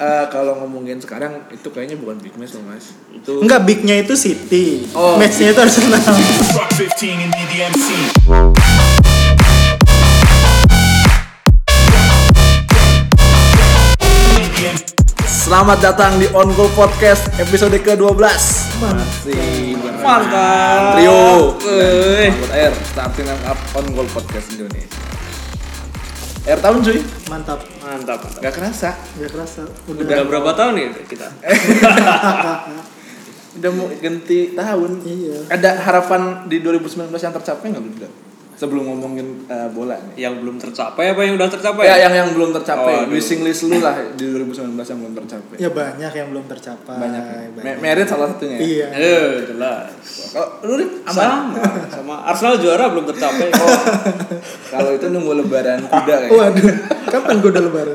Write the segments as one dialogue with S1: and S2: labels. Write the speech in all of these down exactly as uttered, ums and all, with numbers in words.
S1: uh, kalau ngomongin sekarang itu kayaknya bukan big match loh mas. Itu
S2: enggak, bignya itu City.
S1: Oh.
S2: Matchnya itu Arsenal.
S1: Selamat datang di On Goal Podcast episode kedua belas. Masih
S3: mantap.
S1: Rio dan Mahmud Air starting up On Goal Podcast Indonesia. Air tahun cuy.
S2: Mantap.
S3: Mantap, mantap.
S1: Gak kerasa.
S2: Gak kerasa.
S3: Udah, Udah berapa tahun nih kita?
S1: Udah mau ganti tahun.
S2: Iya.
S1: Ada harapan di dua ribu sembilan belas yang tercapai nggak belum? Sebelum ngomongin uh, bola nih.
S3: Yang belum tercapai apa yang udah tercapai?
S1: Ya, yang yang belum tercapai.
S3: Oh,
S1: wishing list lu lah di dua ribu sembilan belas yang belum tercapai.
S2: Ya banyak yang belum tercapai.
S1: Banyak. Ya?
S2: banyak.
S1: Merit salah satunya.
S2: Iya.
S3: Eh, jelas.
S1: Kalau lu Rip, aman?
S3: Sama, sama Arsenal juara belum tercapai. Oh.
S1: Kalau itu nunggu lebaran kuda kayak.
S2: Waduh, kapan gue udah lebaran?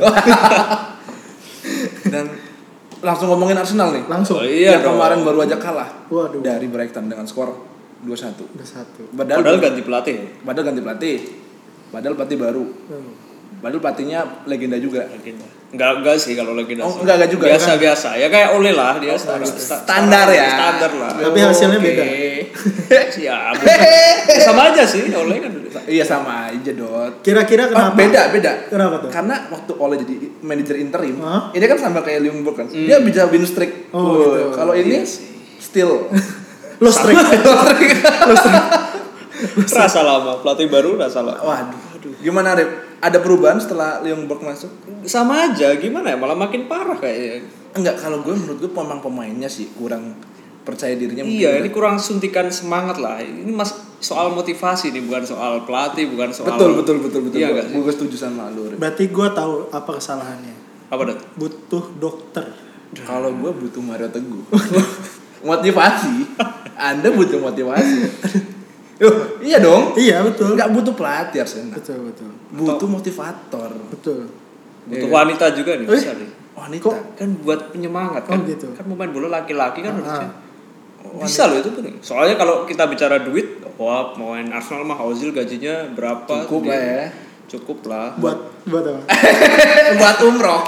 S1: Dan langsung ngomongin Arsenal nih.
S2: Langsung.
S3: Oh, iya
S1: yang
S3: dong.
S1: kemarin baru aja kalah.
S2: Waduh.
S1: Dari Brighton dengan skor dua satu.
S2: dua satu.
S1: Padahal,
S3: Padahal ganti pelatih.
S1: Padahal ganti pelatih. Padahal pelatih baru.
S2: Hmm.
S1: Padahal pelatihnya legenda juga.
S3: Legenda. Enggak enggak sih kalau legenda.
S1: Oh, enggak enggak juga.
S3: Biasa-biasa. Ya kayak Ole lah dia.
S1: Oh,
S3: standar,
S1: standar ya.
S3: Standar lah.
S2: Tapi hasilnya beda.
S3: Ya, sama aja sih Ole kan.
S1: Iya sama aja Dot.
S2: Kira-kira kenapa?
S1: Oh, beda beda.
S2: Kenapa tuh?
S1: Karena waktu Ole jadi manajer interim,
S2: huh?
S1: ini kan sama kayak Ljungberg kan. Hmm. Dia bisa win streak.
S2: Oh,
S1: oh,
S2: gitu.
S1: Kalau ini
S3: iya sih.
S1: still
S2: Lo streak. Lo streak.
S3: Rasa lama, pelatih baru rasa lama.
S1: Waduh. Gimana Rip? Ada perubahan setelah Ljungberg masuk?
S3: Sama aja, gimana ya? Malah makin parah kayaknya.
S1: Enggak, kalau gue menurut gue memang pemainnya sih kurang percaya dirinya.
S3: Iya, ini kurang suntikan semangat lah. Ini mas soal motivasi nih, bukan soal pelatih, bukan soal.
S1: Betul betul betul betul.
S3: Iya,
S1: gue, gue setuju sama lu. Rip.
S2: Berarti gue tahu apa kesalahannya.
S3: Apa dat?
S2: Butuh dokter.
S1: Kalau gue butuh Mario Teguh. Motivasi. Anda butuh motivasi. Yuh, iya dong.
S2: Iya betul.
S1: Enggak butuh pelatih Arsenal.
S2: Betul betul.
S1: Butuh motivator.
S2: Betul.
S3: Butuh wanita juga nih, bisa nih.
S1: Wanita.
S2: Kok?
S3: Kan buat penyemangat kan.
S2: Oh, gitu.
S3: Kan pemain bola laki-laki kan
S2: Ah,
S3: harusnya.
S1: Oh,
S3: Bisa loh itu penting. Soalnya kalau kita bicara duit, wah pemain Arsenal mah Ozil gajinya berapa?
S1: Cukup lah ya.
S3: Cukup lah.
S2: Buat buat apa?
S1: Buat umroh.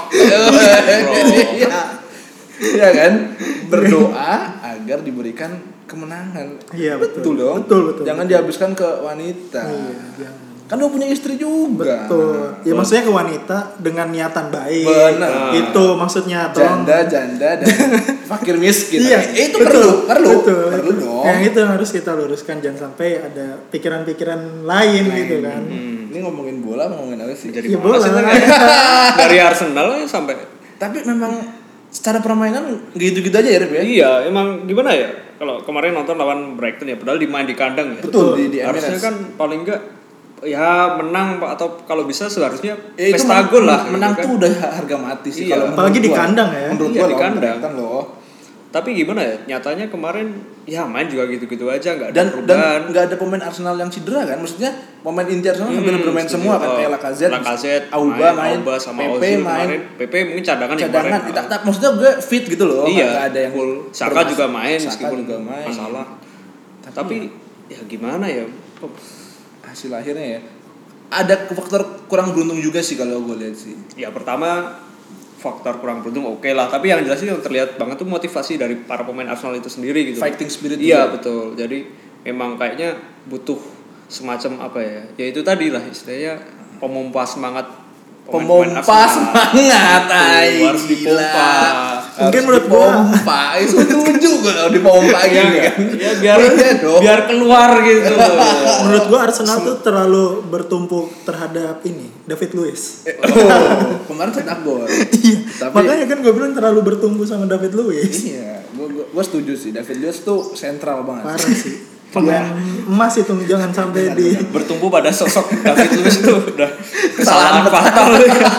S1: Iya. Iya kan? Berdoa agar diberikan kemenangan.
S2: Iya betul.
S1: Betul dong.
S2: Betul betul.
S1: Jangan
S2: betul.
S1: dihabiskan ke wanita.
S2: Iya, jangan.
S1: Kan dia punya istri juga.
S2: Betul. Ya maksudnya ke wanita dengan niatan baik.
S1: Benar.
S2: Itu maksudnya tolong.
S1: Janda, janda dan fakir miskin.
S2: Iya,
S1: Eh, itu
S2: betul,
S1: perlu, perlu,
S2: betul,
S1: perlu
S2: betul.
S1: dong.
S2: Yang itu yang harus kita luruskan, jangan sampai ada pikiran-pikiran lain
S1: Lain.
S2: gitu kan.
S3: Hmm.
S1: Ini ngomongin bola, ngomongin apa sih?
S3: Jadi
S2: Ya
S3: mana sih
S2: bola.
S3: tadi? Dari Arsenal sampai.
S1: Tapi memang secara permainan gitu-gitu aja ya, Rip ya.
S3: Iya, emang gimana ya? Kalau kemarin nonton lawan Brighton ya, padahal dimain di kandang ya.
S1: Betul, di, di
S3: Harusnya
S1: Emirates.
S3: kan paling enggak ya menang Pak, atau kalau bisa seharusnya
S1: Ya, itu
S3: pesta
S1: men-
S3: gol lah.
S1: Menang
S3: gitu
S1: tuh
S3: kan.
S1: udah harga mati sih.
S3: Iya.
S1: Kalau
S2: Apalagi
S1: menurut
S2: di
S1: gua.
S2: kandang ya.
S1: Menurut
S3: Iya,
S1: gua
S3: di
S1: lawan
S3: kandang.
S1: Brighton loh.
S3: Tapi gimana ya? Nyatanya kemarin ya main juga gitu-gitu aja, enggak ada
S1: Dan
S3: perubahan.
S1: dan nggak ada pemain Arsenal yang cedera kan? Maksudnya pemain inti Arsenal hampir
S3: Hmm,
S1: bermain
S3: setuju.
S1: semua kan,
S3: Oh,
S1: kayak Lacazette,
S3: Lacazette,
S1: Auba main,
S3: Auba sama
S1: Pepe
S3: Ozil
S1: main,
S3: kemarin. Pepe mungkin cadangan ya
S1: cadangan.
S3: kemarin.
S1: Tak, tak, maksudnya gue fit gitu loh.
S3: Iya,
S1: nggak ada yang
S3: full. Saka
S1: bermas-
S3: juga main
S1: Saka
S3: meskipun
S1: juga main.
S3: masalah.
S1: Tapi,
S3: Tapi ya gimana ya?
S1: hasil akhirnya ya ada faktor kurang beruntung juga sih kalau gue lihat sih.
S3: Ya pertama faktor kurang beruntung oke okay lah, tapi yang jelas itu yang terlihat banget tuh motivasi dari para pemain Arsenal itu sendiri gitu.
S1: Fighting spirit.
S3: Iya
S1: juga.
S3: betul. Jadi memang kayaknya butuh semacam apa ya? Ya itu tadi lah istilahnya pemompa semangat.
S1: Pemompa semangat, ay,
S3: harus dipompa.
S2: Mungkin menurut gua
S1: pompa, itu setuju gue kalau dipompa gitu
S3: Ya,
S1: kan.
S3: ya biar
S1: Iya dong.
S3: biar keluar gitu.
S2: menurut gua Arsenal tuh terlalu bertumpu terhadap ini David Luiz.
S1: Oh, kemarin cetak gol.
S2: Iya.
S1: Tapi-
S2: Makanya kan gue bilang terlalu bertumpu sama David Luiz.
S1: Iya, gue gue setuju sih. David Luiz tuh sentral banget.
S2: Parah sih. Pemain emas itu jangan sampai di
S3: Bertumpu pada sosok David Luiz itu udah
S1: Kesalahan
S3: kesalahan fatal.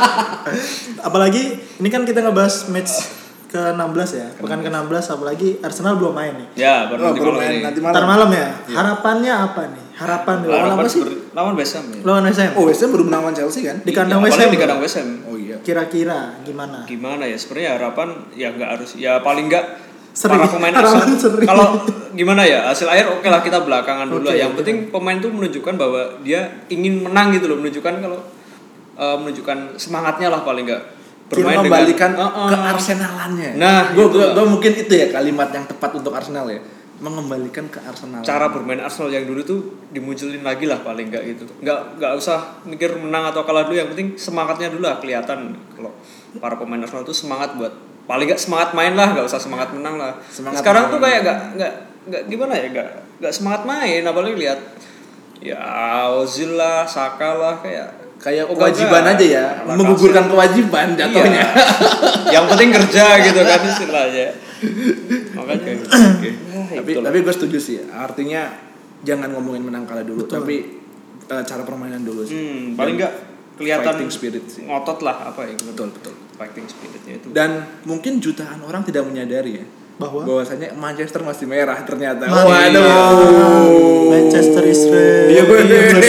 S2: apalagi ini kan kita ngebahas match ke enam belas ya. Pekan ke enam belas apalagi Arsenal belum main nih.
S3: Ya, baru
S1: Oh,
S3: nanti
S1: baru
S3: malam
S1: main
S3: ini.
S1: nanti
S2: Ntar
S1: malam.
S2: malam ya. Harapannya apa nih? Harapan dulu.
S3: Lawan
S1: apa
S3: apa
S1: sih?
S3: sih? Lawan West Ham ya.
S2: Lawan West Ham.
S1: Oh, West Ham baru menang lawan Chelsea kan?
S2: Di kandang
S3: Iya,
S2: West
S3: apalagi
S2: Ham.
S3: di kandang West Ham.
S1: Oh iya.
S2: Kira-kira gimana?
S3: Gimana ya sebenarnya harapan ya nggak harus ya paling nggak
S2: Seri.
S3: para pemain
S2: Harapan
S3: Arsenal
S2: seri.
S3: kalau gimana ya hasil akhir oke lah kita belakangan dulu
S2: Oke,
S3: lah. Yang
S2: oke.
S3: penting pemain tuh menunjukkan bahwa dia ingin menang gitu loh, menunjukkan kalau uh, menunjukkan semangatnya lah paling nggak. bermain
S1: mengembalikan
S3: dengan, uh, uh.
S1: ke Arsenalannya.
S3: Nah,
S1: gue
S3: itulah.
S1: gue mungkin itu ya kalimat yang tepat untuk Arsenal ya, mengembalikan ke Arsenal.
S3: Cara bermain Arsenal yang dulu tuh dimunculin lagi lah paling enggak gitu. Enggak enggak usah mikir menang atau kalah dulu, yang penting semangatnya dulu lah kelihatan kalau para pemain Arsenal tuh semangat buat paling enggak semangat main lah, enggak usah semangat menang lah.
S1: Semangat
S3: Sekarang
S1: main.
S3: tuh kayak enggak enggak enggak gimana ya, enggak enggak semangat main, apalagi lihat ya Ozil lah, Saka lah, kayak
S1: kayak
S3: oh,
S1: kewajiban
S3: enggak,
S1: aja ya,
S3: ala
S1: menggugurkan
S3: kasar.
S1: kewajiban jatuhnya.
S3: Iya. Yang penting kerja gitu kan istilahnya. Makanya gitu. Okay.
S1: tapi tapi gue setuju sih, artinya jangan ngomongin menang kalah dulu. Betul. Tapi uh, cara permainan dulu sih.
S3: Hmm, paling enggak kelihatan
S1: fighting spirit sih.
S3: Ngotot lah apa ya gitu.
S1: Betul betul.
S3: Fighting spiritnya itu.
S1: Dan mungkin jutaan orang tidak menyadari ya
S2: bahwa
S1: bahwasanya Manchester masih merah ternyata.
S2: Mati.
S1: Waduh.
S2: Manchester is red.
S1: Iya gue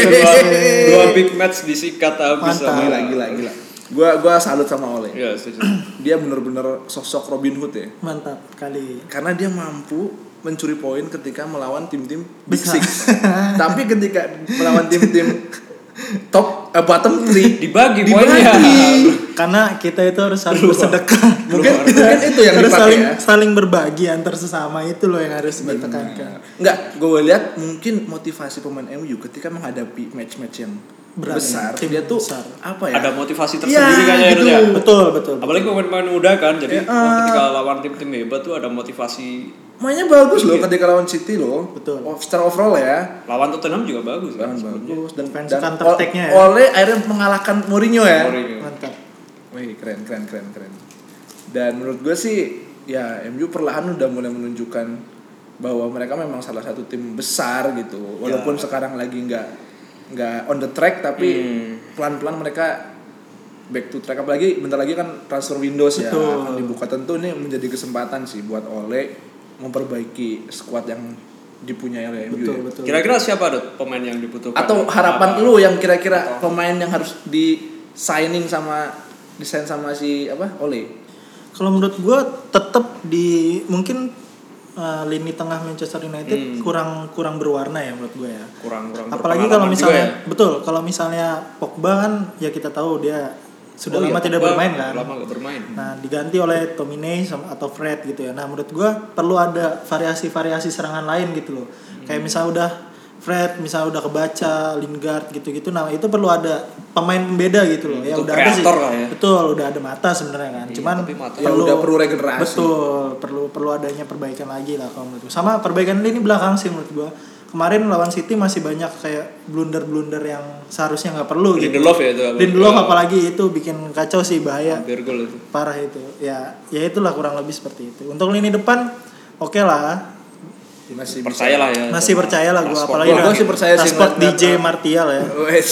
S3: Dua big match disikat habis
S2: Mantap.
S3: sama
S1: gila gila gila. Gua gua salut sama Ole.
S3: Iya, setuju.
S1: Dia benar-benar sosok Robin Hood ya.
S2: Mantap kali.
S1: Karena dia mampu mencuri poin ketika melawan tim-tim Big
S2: Besar.
S1: Six. Tapi ketika melawan tim-tim top eh, bottom three
S3: Dibagi
S1: dibagi.
S3: poinnya.
S2: Karena kita itu harus saling bersedekah.
S1: Mungkin mungkin itu yang
S2: harus
S1: dipakai
S2: saling
S1: ya.
S2: saling berbagi antar sesama, itu loh yang harus ditekankan.
S1: Enggak, gue lihat mungkin motivasi pemain M U ketika menghadapi match-match yang
S2: Berat,
S1: besar,
S2: tim
S1: dia tuh
S2: besar.
S1: apa ya?
S3: Ada motivasi
S1: Ya,
S3: tersendiri kayaknya
S1: gitu.
S3: itu ya.
S2: Betul, betul.
S3: Apalagi pemain-pemain muda kan, jadi
S1: Ya,
S3: wah, ketika lawan tim-tim hebat tuh ada motivasi.
S1: Mainnya bagus loh
S3: Iya.
S1: ketika lawan City loh.
S2: Betul.
S1: Oh, secara overall ya.
S3: Lawan Tottenham juga bagus kan.
S1: Lawan
S3: sebelumnya.
S1: bagus dan
S2: Defense
S1: dan
S2: counter
S1: Ol-
S2: attack-nya ya.
S1: Ole akhirnya mengalahkan Mourinho ya.
S3: Mourinho.
S2: Mantap.
S1: Wih, keren keren keren keren. Dan menurut gue sih ya M U perlahan udah mulai menunjukkan bahwa mereka memang salah satu tim besar gitu. Walaupun
S3: Ya.
S1: sekarang lagi nggak nggak on the track tapi
S3: Hmm.
S1: pelan-pelan mereka back to track, apalagi bentar lagi kan transfer windows ya
S2: Betul.
S1: akan dibuka. Tentu ini menjadi kesempatan sih buat Ole memperbaiki squad yang dipunyai oleh M U
S2: Betul,
S1: ya.
S2: betul.
S3: Kira-kira siapa Dot pemain yang dibutuhkan?
S1: Atau harapan
S3: Apa?
S1: lu yang kira-kira pemain yang harus di signing sama desain sama si apa Ole?
S2: Kalau menurut gue tetap di mungkin uh, lini tengah Manchester United
S3: Hmm.
S2: kurang kurang berwarna ya menurut gue ya.
S3: Kurang-kurang.
S2: Apalagi kalau misalnya betul, kalau misalnya Pogba kan ya kita tahu dia sudah
S3: Oh
S2: lama
S3: iya,
S2: tidak
S3: Pogba
S2: bermain kan.
S3: Lama gak bermain.
S2: Nah, diganti oleh Tomine sama atau Fred gitu ya. Nah, menurut gua perlu ada variasi-variasi serangan lain gitu loh. Hmm. Kayak misalnya udah Fred, misalnya udah kebaca Lingard gitu-gitu. Nah, itu perlu ada pemain pembeda gitu loh.
S3: Hmm,
S2: Ya
S3: untuk
S2: udah ada sih.
S3: kreator lah ya.
S2: Betul, udah ada Mata sebenarnya kan.
S3: Iya,
S2: Cuman
S3: tapi Mata-
S1: Ya udah perlu regenerasi.
S2: Betul, perlu perlu adanya perbaikan lagi lah kalau menurut gua. Sama perbaikan lini belakang sih menurut gua. Kemarin lawan City masih banyak kayak blunder-blunder yang seharusnya nggak perlu gitu.
S3: Lindelof ya itu.
S2: Lindelof apalagi itu bikin kacau sih, bahaya.
S3: Hampir gol itu.
S2: Parah itu. Ya, ya itulah kurang lebih seperti itu. Untuk lini depan oke lah.
S1: Masih
S3: Percaya lah ya.
S2: Masih percaya lah gua,
S3: Rashford.
S2: apalagi
S1: Gua- gua sih percaya sih
S2: Rashford, D
S1: ngeliat-
S2: J Martial ya.
S1: Wes.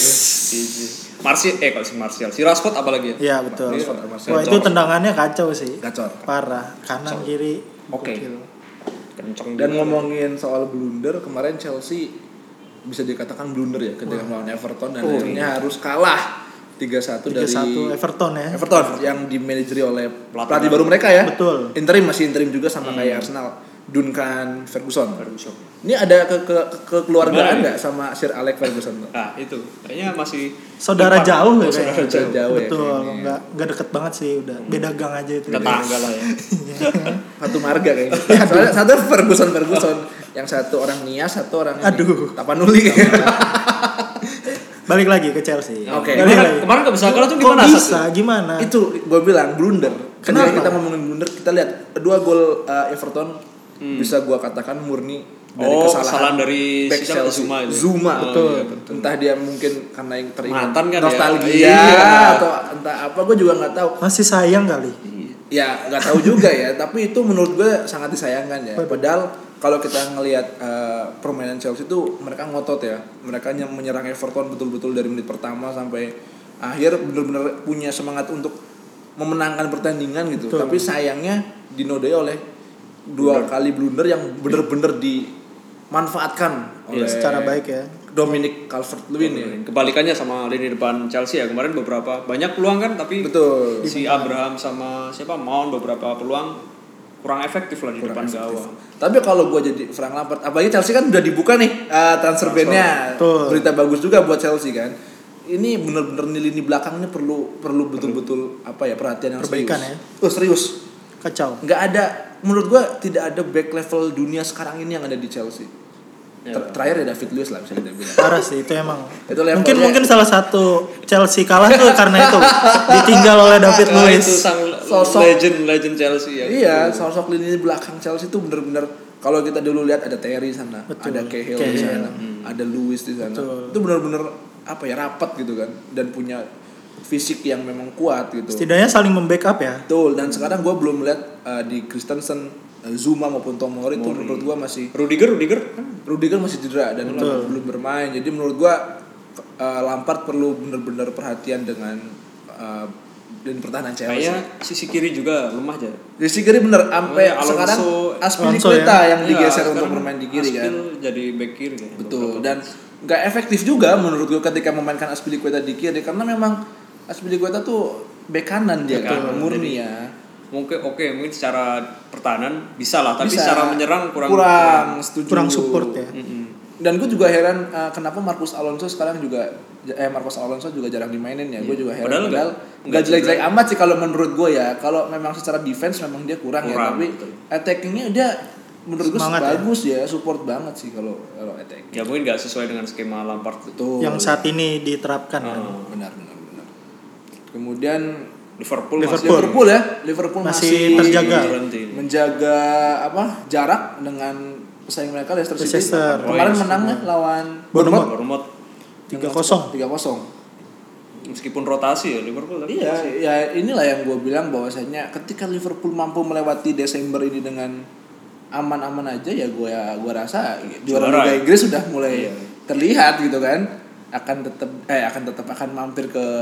S3: Martial eh kalau si Martial, si Rashford apalagi ya?
S2: Iya, betul.
S1: Rashford, Martial.
S2: Wah, itu tendangannya kacau sih.
S1: Gacor.
S2: Parah, kanan kiri.
S3: Oke.
S2: gokil.
S3: Kenceng
S1: Dan
S3: juga.
S1: ngomongin soal blunder, kemarin Chelsea bisa dikatakan blunder ya ketika melawan Everton dan
S3: Oh,
S1: akhirnya harus kalah tiga satu dari
S2: tiga satu Everton ya.
S1: Everton yang dimanajeri oleh
S3: Pelatih
S1: pelatih
S3: baru.
S1: baru mereka ya.
S2: Betul.
S1: Interim masih interim juga sama kayak Arsenal. Duncan Ferguson. Ini ada ke ke kekeluargaan
S3: Gimana
S1: nggak sama Sir Alex Ferguson?
S3: Nah, itu. Kayaknya masih
S2: Saudara
S3: Ipan.
S2: jauh ya
S3: Oh, saudara
S2: kayaknya.
S3: jauh.
S1: Jauh ya,
S2: Betul,
S1: kayaknya.
S2: nggak nggak deket banget sih, udah beda gang aja itu.
S3: Tetangga lah ya.
S1: Satu marga kayaknya. Soalnya satu Ferguson Ferguson, yang satu orang Nias, satu orang ini.
S2: Aduh.
S1: Tapanuli kayaknya.
S2: Balik lagi ke Chelsea.
S1: Oke.
S2: Balik
S3: Kemarin,
S2: lagi.
S3: kemarin gak bisa kalah tuh
S2: Kok
S3: gimana
S2: bisa?
S3: asasnya?
S2: Gimana?
S1: Itu gue bilang blunder. Ketika
S2: Kenapa?
S1: kita ngomongin blunder, kita lihat dua gol uh, Everton bisa gue katakan murni dari
S3: Oh,
S1: kesalahan,
S3: kesalahan dari
S1: back
S3: si siapa?
S1: Chelsea.
S3: Zuma itu.
S1: Zuma,
S3: Oh,
S1: betul.
S3: iya, betul.
S1: Entah dia mungkin karena yang teringat
S3: Mantan kan ya?
S1: nostalgia
S3: Iya.
S1: atau entah apa, gue juga nggak tahu.
S2: Masih sayang kali.
S1: Ya nggak tahu juga ya, tapi itu menurut gue sangat disayangkan ya. Padahal kalau kita ngelihat uh, permainan Chelsea itu mereka ngotot ya, mereka yang menyerang Everton betul-betul dari menit pertama sampai akhir benar-benar punya semangat untuk memenangkan pertandingan gitu.
S2: Betul.
S1: Tapi sayangnya dinodai oleh dua
S3: Blunder.
S1: kali blunder yang benar-benar dimanfaatkan oleh
S2: Iya, secara baik ya.
S1: Dominic Calvert-Lewin ya.
S3: Kebalikannya sama lini depan Chelsea ya, kemarin beberapa banyak peluang kan, tapi
S1: Betul.
S3: si Abraham sama siapa Mount beberapa peluang kurang efektif lah di depan gawang.
S1: Tapi kalau gue jadi Frank Lampard, apalagi Chelsea kan udah dibuka nih uh, transfer ban-nya.
S2: Betul.
S1: Berita bagus juga buat Chelsea kan. ini benar-benar di lini belakang ini perlu perlu betul-betul apa ya perhatian yang
S2: Perbaikan
S1: serius.
S2: ya.
S1: Oh serius.
S2: Kacau.
S1: Nggak ada, menurut gua tidak ada back level dunia sekarang ini yang ada di Chelsea.
S3: Ya.
S1: Ter- terakhir ya David Luiz lah bisa kita bilang.
S2: Parah sih itu emang.
S1: Itu levelnya-
S2: mungkin mungkin salah satu Chelsea kalah tuh karena itu ditinggal oleh David
S3: Nah,
S2: Luiz.
S3: itu sang
S1: Sosok-
S3: legend legend Chelsea ya.
S1: Iya, sosok lini belakang Chelsea itu bener-bener kalau kita dulu lihat ada Terry di sana,
S2: Betul.
S1: ada Cahill
S2: Cahill.
S1: di sana, ada Luiz di sana.
S2: Betul.
S1: Itu bener-bener apa ya rapat gitu kan dan punya fisik yang memang kuat gitu.
S2: Setidaknya saling membackup ya.
S1: Betul. Dan sekarang gue belum lihat uh, di Christensen, uh, Zuma maupun Tomori itu menurut gue masih
S3: Rudiger Rudiger
S1: Rudiger masih cedera dan belum, belum bermain. Jadi menurut gue uh, Lampard perlu bener-bener perhatian dengan uh, dan pertahanan Chelsea.
S3: kayaknya sisi kiri juga lemah aja.
S1: Di sisi kiri bener, sampai
S3: Oh, ya, Alonso-
S1: sekarang
S2: Alonso
S1: Aspilicueta
S2: ya.
S1: yang digeser
S3: Iya,
S1: untuk
S3: sekarang
S1: bermain di kiri kan.
S3: Aspil jadi back kiri kayaknya.
S1: Betul. Dan nggak efektif juga menurut gue ketika memainkan Aspilicueta di kiri karena memang Aspilicueta tuh bek kanan dia
S3: Bek
S1: kan,
S3: kanan,
S1: murni
S3: jadi-
S1: ya.
S3: Mungkin oke mungkin secara pertahanan bisa lah, tapi
S1: Bisa.
S3: secara menyerang kurang
S1: kurang setuju.
S2: Kurang support ya.
S3: Mm-mm.
S1: Dan gue juga heran uh, kenapa Marcus Alonso sekarang juga eh Marcos Alonso juga jarang dimainin ya. Gue juga heran.
S3: Padahal
S1: Padahal
S3: nggak-
S1: nggak jelek-jelek amat sih kalau menurut gue ya. Kalau memang secara defense memang dia kurang, ya,
S3: Kurang,
S1: tapi
S3: betul.
S1: attackingnya dia menurut gue
S2: Semangat ya.
S1: bagus ya. support banget sih kalau kalau attacking.
S3: Ya mungkin nggak sesuai dengan skema Lampard itu.
S1: Betul.
S2: Yang saat ini diterapkan kan.
S3: Oh.
S1: benar benar benar. Kemudian
S3: Liverpool,
S2: Liverpool.
S1: Liverpool ya, Liverpool masih,
S2: Masih terjaga.
S3: Berhenti.
S1: menjaga apa jarak dengan pesaing mereka Leicester City.
S2: Leicester.
S1: Kemarin
S3: Oh, iya,
S1: menangnya lawan
S2: Bournemouth.
S3: Bournemouth
S2: tiga kosong.
S1: tiga kosong.
S3: meskipun rotasi ya Liverpool tapi
S1: Iya, ya inilah yang gue bilang bahwasanya ketika Liverpool mampu melewati Desember ini dengan aman-aman aja ya gue ya gue rasa juara
S3: Juara.
S1: Liga Inggris sudah mulai
S3: Iya.
S1: terlihat gitu kan akan tetap eh akan tetap akan mampir ke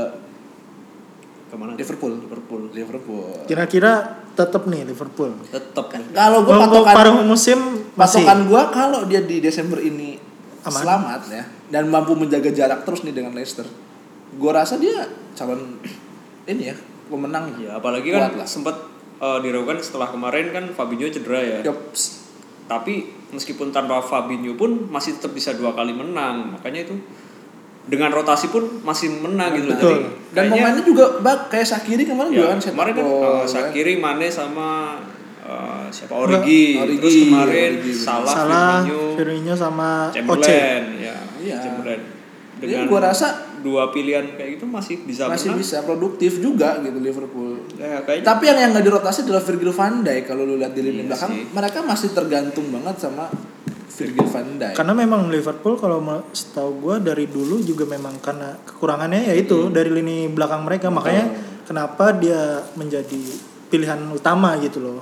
S3: kemana?
S1: Liverpool.
S3: Liverpool.
S1: Liverpool.
S2: Kira-kira tetap nih Liverpool.
S3: Tetap nih.
S1: Kalau gue
S2: Untuk
S1: patokan
S2: paruh musim masih
S1: patokan gue kalau dia di Desember ini
S2: Aman.
S1: selamat ya dan mampu menjaga jarak terus nih dengan Leicester, gue rasa dia calon ini ya pemenang.
S3: Ya apalagi
S1: Kuat
S3: kan
S1: lah.
S3: sempat uh, diragukan setelah kemarin kan Fabinho cedera ya.
S1: Yops.
S3: Tapi meskipun tanpa Fabinho pun masih tetap bisa dua kali menang. Makanya itu dengan rotasi pun masih menang gitu.
S2: Betul.
S3: Jadi
S1: Dan
S3: kayaknya-
S1: pemainnya juga bak kayak Shaqiri kemarin juga
S3: ya,
S1: kan set
S3: kemarin kan
S1: goal,
S3: uh,
S1: kan.
S3: Shaqiri, Mane sama uh, siapa Origi.
S1: Origi,
S3: Terus kemarin
S1: Origi.
S3: Salah,
S2: Salah,
S3: Firmino,
S2: Firmino sama Oce.
S3: Chamberlain ya.
S1: Iya.
S3: Chamberlain.
S1: Jadi
S3: Dengan
S1: gue rasa
S3: dua pilihan kayak gitu masih bisa
S1: masih
S3: menang.
S1: bisa produktif juga gitu Liverpool.
S3: Ya, kayaknya
S1: Tapi yang yang nggak dirotasi adalah Virgil van Dijk kalau lu lihat di lini
S3: Iya
S1: belakang
S3: sih.
S1: mereka masih tergantung banget sama Virgil van Dijk.
S2: Karena memang Liverpool kalau mau- setahu gue dari dulu juga memang karena kekurangannya yaitu dari lini belakang mereka, makanya kenapa dia menjadi pilihan utama gitu loh.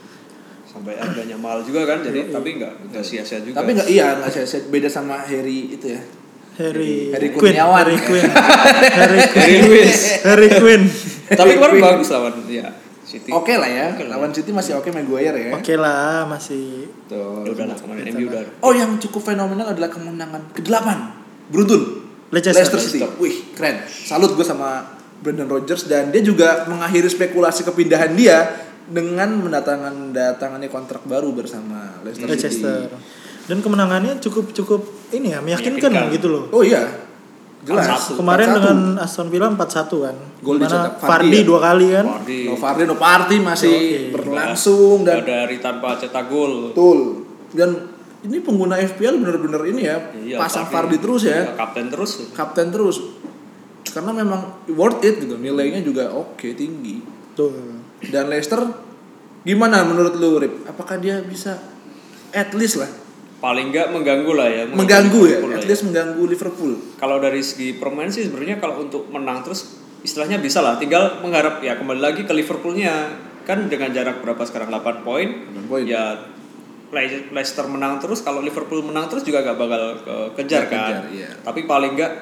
S3: sampai harganya mahal juga kan, jadi tapi nggak nggak sia-sia juga.
S1: Tapi nggak iya nggak saya beda sama Harry itu ya.
S2: Harry,
S1: Harry
S2: Quinn,
S1: Kurniawan.
S2: Harry Quinn, Harry Quinn,
S3: Harry Lewis.
S2: Harry Quinn.
S3: Tapi kemarin bagus lawan ya City.
S1: Oke lah ya,
S3: Oke lah.
S1: lawan City masih oke Maguire ya.
S2: Oke lah, masih
S1: Tuh.
S3: Ya udah lah kemarin M U udah.
S1: Oh yang cukup fenomenal adalah kemenangan kedelapan beruntun
S2: Leicester.
S1: Leicester City. Wih keren. Salut gue sama Brendan Rodgers dan dia juga mengakhiri spekulasi kepindahan dia dengan mendatangkan datangannya kontrak baru bersama Leicester,
S2: Leicester.
S1: City.
S2: Dan kemenangannya cukup cukup ini ya meyakinkan,
S3: Meyakinkan.
S2: gitu loh.
S1: Oh iya. Jelas.
S3: empat satu.
S2: Kemarin
S1: empat satu.
S2: dengan Aston Villa empat satu kan.
S1: Gol
S2: Dimana
S1: dicetak Vardy
S2: Vardy
S1: ya?
S2: dua kali kan.
S3: Vardy
S1: No Vardy, no party masih
S2: Oke.
S1: berlangsung dan
S3: dari tanpa cetak gol.
S1: betul. Dan ini pengguna F P L bener-bener ini ya,
S3: Iya,
S1: pasang
S3: Vardy.
S1: Vardy terus ya,
S3: Iya, kapten terus.
S1: kapten terus. Karena memang worth it gitu, nilainya juga oke tinggi.
S2: Tuh.
S1: Dan Leicester gimana menurut lu Rip? Apakah dia bisa at least lah
S3: Paling nggak mengganggu lah ya.
S1: mengganggu ya,
S3: Liverpool
S1: at
S3: lah
S1: least mengganggu Liverpool.
S3: Kalau dari segi permainan sih sebenarnya kalau untuk menang terus istilahnya bisa lah, tinggal mengharap ya kembali lagi ke Liverpoolnya kan dengan jarak berapa sekarang delapan poin.
S1: delapan poin.
S3: Ya Le- Leicester menang terus, kalau Liverpool menang terus juga gak bakal ke- kejar
S1: Nggak
S3: kan.
S1: kejar, iya.
S3: Tapi paling nggak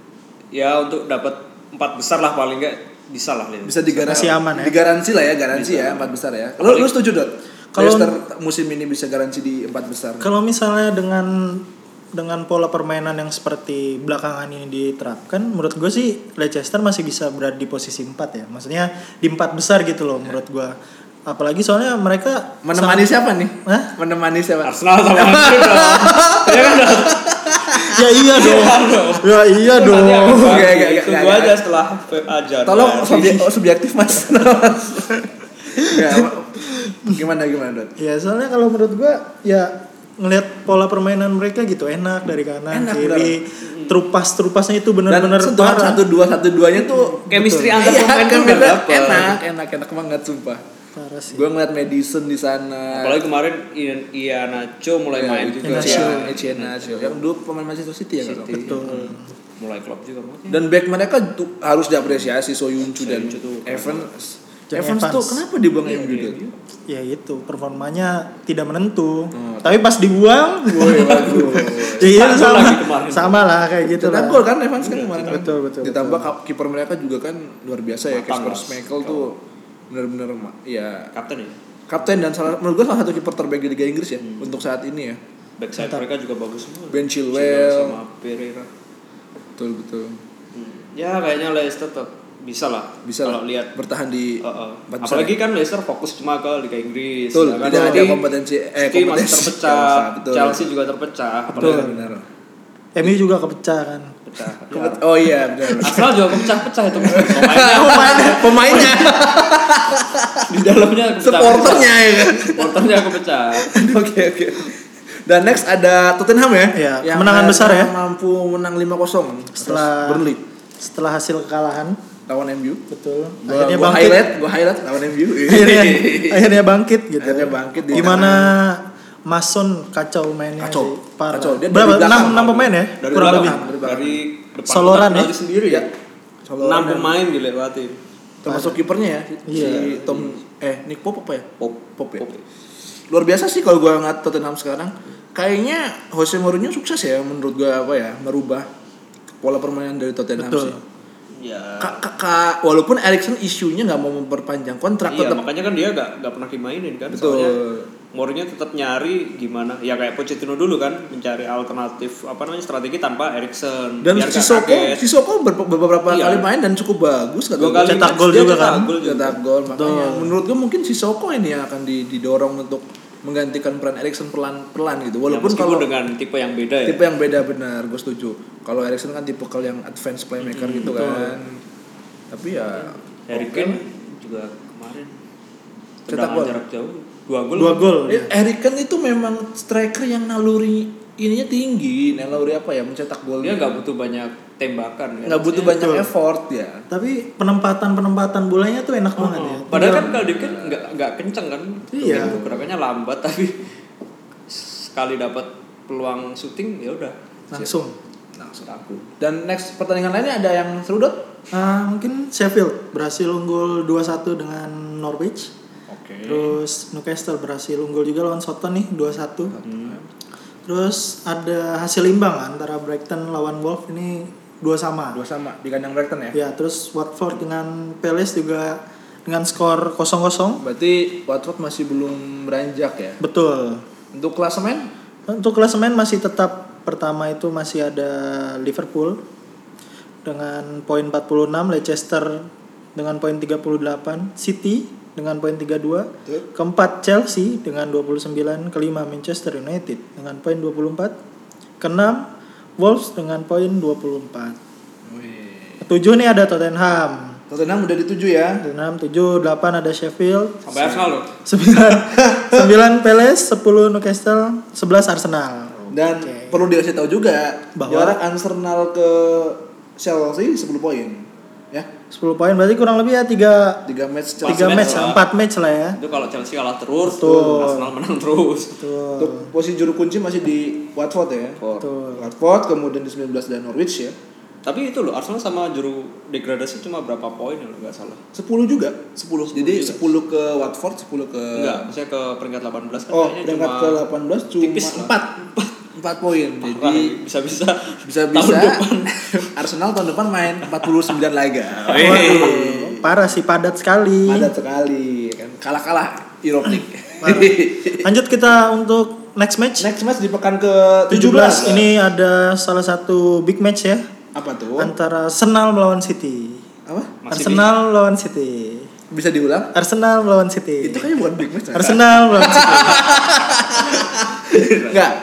S3: ya untuk dapat empat besar lah paling nggak bisa lah.
S1: Bisa digaransi,
S2: Masih aman ya?
S1: digaransi lah ya, garansi
S3: Bisa.
S1: ya empat besar ya. Lu lu setuju Dot?
S2: Kalau-
S1: Leicester musim ini bisa garansi di empat besar.
S2: Kalau misalnya dengan dengan pola permainan yang seperti belakangan ini diterapkan, menurut gue sih Leicester masih bisa berada di posisi empat ya. Maksudnya di empat besar gitu loh menurut gue. Apalagi soalnya mereka
S1: Menemani
S2: sangat-
S1: siapa nih?
S2: Hah?
S1: Menemani siapa?
S3: Arsenal sama Madrid lah. Ya kan?
S2: Ya iya dong. Ya iya dong.
S1: Enggak, enggak, enggak.
S3: Tunggu aja setelah ajar.
S1: Tolong subjek- oh, subjektif Mas. Enggak. Gimana gimana, Dot?
S2: Ya soalnya kalau menurut gua ya ngelihat pola permainan mereka gitu enak dari kanan
S1: Enak,
S2: kiri, terupas-terupasnya itu
S1: Dan
S2: benar-benar
S1: sentuhan
S2: parah.
S1: satu dua satu duanya tuh
S3: chemistry
S1: betul.
S3: antar
S1: Iya,
S3: pemain tuh
S1: kan,
S3: udah dapet.
S1: enak, enak, enak banget sumpah.
S2: Parah sih.
S1: Gue ngeliat Madison di sana.
S3: Apalagi kemarin Ian Iheanacho mulai
S1: Ya,
S3: main
S1: itu
S3: juga.
S2: Iheanacho.
S3: Ya.
S1: Iheanacho. Yang dulu pemain Manchester City ya kan?
S3: City.
S2: Betul.
S3: Mulai klub juga mungkin.
S1: Dan back mereka tuh harus diapresiasi Soyuncu dan
S3: Soyuncu tuh
S1: Evans.
S2: John
S1: Evans,
S2: Evans.
S1: tuh kenapa dibuang
S3: Iya,
S1: M U
S3: iya,
S1: gitu?
S2: Ya itu performanya tidak menentu.
S1: Oh.
S2: Tapi pas dibuang,
S1: Woi, bagus.
S2: ya iya
S3: Cetak gol
S2: sama,
S3: lagi kemarin.
S2: sama lah kayak gitu
S1: Cetak
S2: lah.
S1: gol kan Evans kan kemarin.
S2: Betul, betul,
S1: Ditambah
S2: betul.
S1: kap- kiper mereka juga kan luar biasa ya,
S3: Matang
S1: Kasper
S3: lah.
S1: Schmeichel tuh benar-benar ma- ya
S3: Kapten ya.
S1: kapten dan salah menurut gue salah satu kiper terbaik di Liga Inggris ya
S3: Hmm.
S1: untuk saat ini ya.
S3: Backside
S2: Mantap.
S3: mereka juga bagus semua.
S1: Ben Chilwell.
S3: sama Pereira.
S1: Betul betul.
S3: Hmm. Ya kayaknya Leicester tetap bisa lah.
S1: Bisa
S3: kalau
S1: lah
S3: lihat.
S1: bertahan di
S3: Uh, uh.
S1: empat besar
S3: Apalagi
S1: ya.
S3: kan Leicester fokus cuma ke Liga Inggris.
S1: Betul,
S3: ya kan?
S1: tidak ada
S3: Jadi,
S1: kompetensi eh
S3: City masih
S1: kompetensi
S3: terpecah,
S1: betul.
S3: Chelsea juga terpecah.
S2: Betul.
S3: Apalagi
S1: Benar.
S2: M U juga kepecah kan.
S3: pecah. Ya.
S1: Kompet- Oh iya benar.
S3: Arsenal juga kepecah-pecah itu pemainnya.
S1: Pemainnya, pemainnya,
S3: Di dalamnya kepecah.
S1: supporternya ya kan.
S3: Supporternya kepecah.
S1: Oke oke. Dan next ada Tottenham ya.
S2: Iya,
S1: yang
S2: kemenangan besar ya.
S1: Mampu menang lima kosong
S2: Setelah
S1: Burnley
S2: setelah hasil kekalahan,
S1: lawan M U.
S2: betul.
S1: Gua,
S2: akhirnya
S1: gua
S2: bangkit.
S1: highlight, gua highlight lawan M U.
S2: akhirnya akhirnya bangkit gitu.
S1: Akhirnya bangkit di
S2: Gimana Mason kacau mainnya
S1: Kacau.
S2: sih. Parah.
S1: Kacau. Dia dari
S2: Berapa?
S1: belakang.
S2: enam enam pemain ya?
S3: Dari
S2: Kurang
S3: belakang,
S2: lebih.
S1: Dari belakang.
S3: dari depan
S2: Soloran
S3: kotak
S2: ya?
S3: penalti sendiri ya.
S1: Soloran
S3: enam
S1: dan-
S3: pemain dilewatin.
S1: termasuk kipernya ya.
S2: Iya.
S1: Si Tom eh Nick Pope apa ya?
S3: Pop
S1: Pop ya.
S3: Pop.
S1: Luar biasa sih kalau gua ngeliat Tottenham sekarang. Kayaknya Jose Mourinho sukses ya menurut gua apa ya, merubah pola permainan dari Tottenham
S2: Betul.
S1: sih.
S3: Ya.
S1: Kak, kak, kak, walaupun Erikson isunya nggak mau memperpanjang kontrak
S3: Iya,
S1: tetap
S3: makanya kan dia gak, gak pernah dimainin kan.
S1: Betul.
S3: Soalnya Mourinho tetap nyari gimana. Ya kayak Pochettino dulu kan, mencari alternatif apa namanya strategi tanpa Erikson.
S1: dan
S3: Biar gak
S1: Sissoko
S3: kaget.
S1: Sissoko ber- beberapa
S3: Iya.
S1: kali main dan cukup bagus kata
S3: Dua
S1: gua.
S3: kali
S2: Cetak
S3: match
S2: gol
S3: dia
S2: juga
S3: cetak
S2: kan.
S3: gol juga.
S1: Cetak gol makanya
S2: Betul.
S1: menurut gua mungkin Sissoko ini yang akan di- didorong untuk menggantikan peran Erikson pelan-pelan gitu.
S3: Ya,
S1: Walaupun
S3: meskipun
S1: kalau
S3: dengan tipe yang beda ya.
S1: tipe yang beda benar, gue setuju. Kalau Erikson kan tipe kalau yang advance playmaker gitu kan. Tapi ya
S3: Harry
S1: oke.
S3: Kane juga kemarin
S1: Cetak
S3: tendangan
S1: gol.
S3: jarak jauh dua gol.
S2: Dua gol.
S1: Eh, Harry Kane itu memang striker yang naluri ininya tinggi, naluri apa ya, mencetak gol.
S3: Dia nggak butuh banyak tembakan kan.
S1: nggak butuh
S3: Maksudnya-
S1: banyak effort ya.
S2: Tapi penempatan-penempatan bolanya tuh enak banget ya.
S3: Oh, padahal kan
S2: Tinggal-
S3: kalau dikit nggak nggak kenceng kan.
S2: Iya.
S3: Tuh, gerakannya lambat tapi sekali dapat peluang syuting ya udah
S2: langsung.
S1: Langsung aku. Dan next pertandingan lainnya ada yang seru Dot?
S2: Ah, mungkin Sheffield berhasil unggul dua satu dengan Norwich.
S1: Oke.
S2: Terus Newcastle berhasil unggul juga lawan Southampton nih dua satu. Terus ada hasil imbang antara Brighton lawan Wolves ini dua sama.
S1: Dua sama di kandang Brighton ya.
S2: Ya, terus Watford dengan Palace juga dengan skor kosong kosong.
S1: Berarti Watford masih belum beranjak ya.
S2: Betul.
S1: Untuk klasemen
S2: Untuk klasemen masih tetap pertama itu masih ada Liverpool dengan poin empat puluh enam, Leicester dengan poin tiga puluh delapan, City dengan poin tiga puluh dua,
S1: Betul.
S2: keempat Chelsea dengan dua puluh sembilan, kelima Manchester United dengan poin dua puluh empat, keenam Wolves dengan poin dua puluh empat.
S1: Wih.
S2: Ketujuh nih ada Tottenham.
S1: Tottenham udah dituju ya.
S2: Enam, tujuh, delapan ada Sheffield,
S3: sampai Arsenal loh.
S2: sembilan, sembilan Palace, sepuluh Newcastle, sebelas Arsenal.
S1: Dan
S2: Oke.
S1: perlu dikasih tahu juga
S2: Bahwa-
S1: jarak Arsenal ke Chelsea sepuluh poin. Ya.
S2: sepuluh poin berarti kurang lebih ya tiga
S1: tiga match
S3: Pas
S2: tiga
S3: match
S2: match,
S3: lah.
S2: empat match lah ya.
S3: Itu kalau Chelsea kalah terus,
S2: Betul.
S3: Arsenal menang terus.
S2: Betul.
S1: Untuk posisi juru kunci masih di Watford ya.
S2: Betul.
S1: Watford kemudian di sembilan belas dan Norwich ya.
S3: Tapi itu loh Arsenal sama juru degradasi cuma berapa poin ya nggak salah.
S1: sepuluh juga, sepuluh. Jadi
S3: juga.
S1: sepuluh ke Watford, sepuluh ke
S3: Enggak, maksudnya ke peringkat delapan belas kan
S1: Oh,
S3: kayaknya
S1: peringkat
S3: cuma
S1: ke delapan belas cuma
S3: tipis lah.
S1: empat. empat poin.
S3: Parah,
S1: Jadi
S3: bisa-bisa
S1: bisa-bisa
S3: tahun depan.
S1: Arsenal tahun depan main empat puluh sembilan laga.
S2: Waduh, parah sih, padat sekali.
S1: Padat sekali kan. Kalah-kalah Europe League.
S2: Parah. Lanjut kita untuk next match.
S1: Next match di pekan ke
S2: tujuh belas ini ada salah satu big match ya
S1: apa tuh?
S2: antara Arsenal melawan City.
S1: Apa?
S3: Masih
S2: Arsenal melawan City.
S1: Bisa diulang?
S2: Arsenal melawan City.
S1: Itu kayaknya bukan big match.
S2: Arsenal melawan City.
S1: Enggak.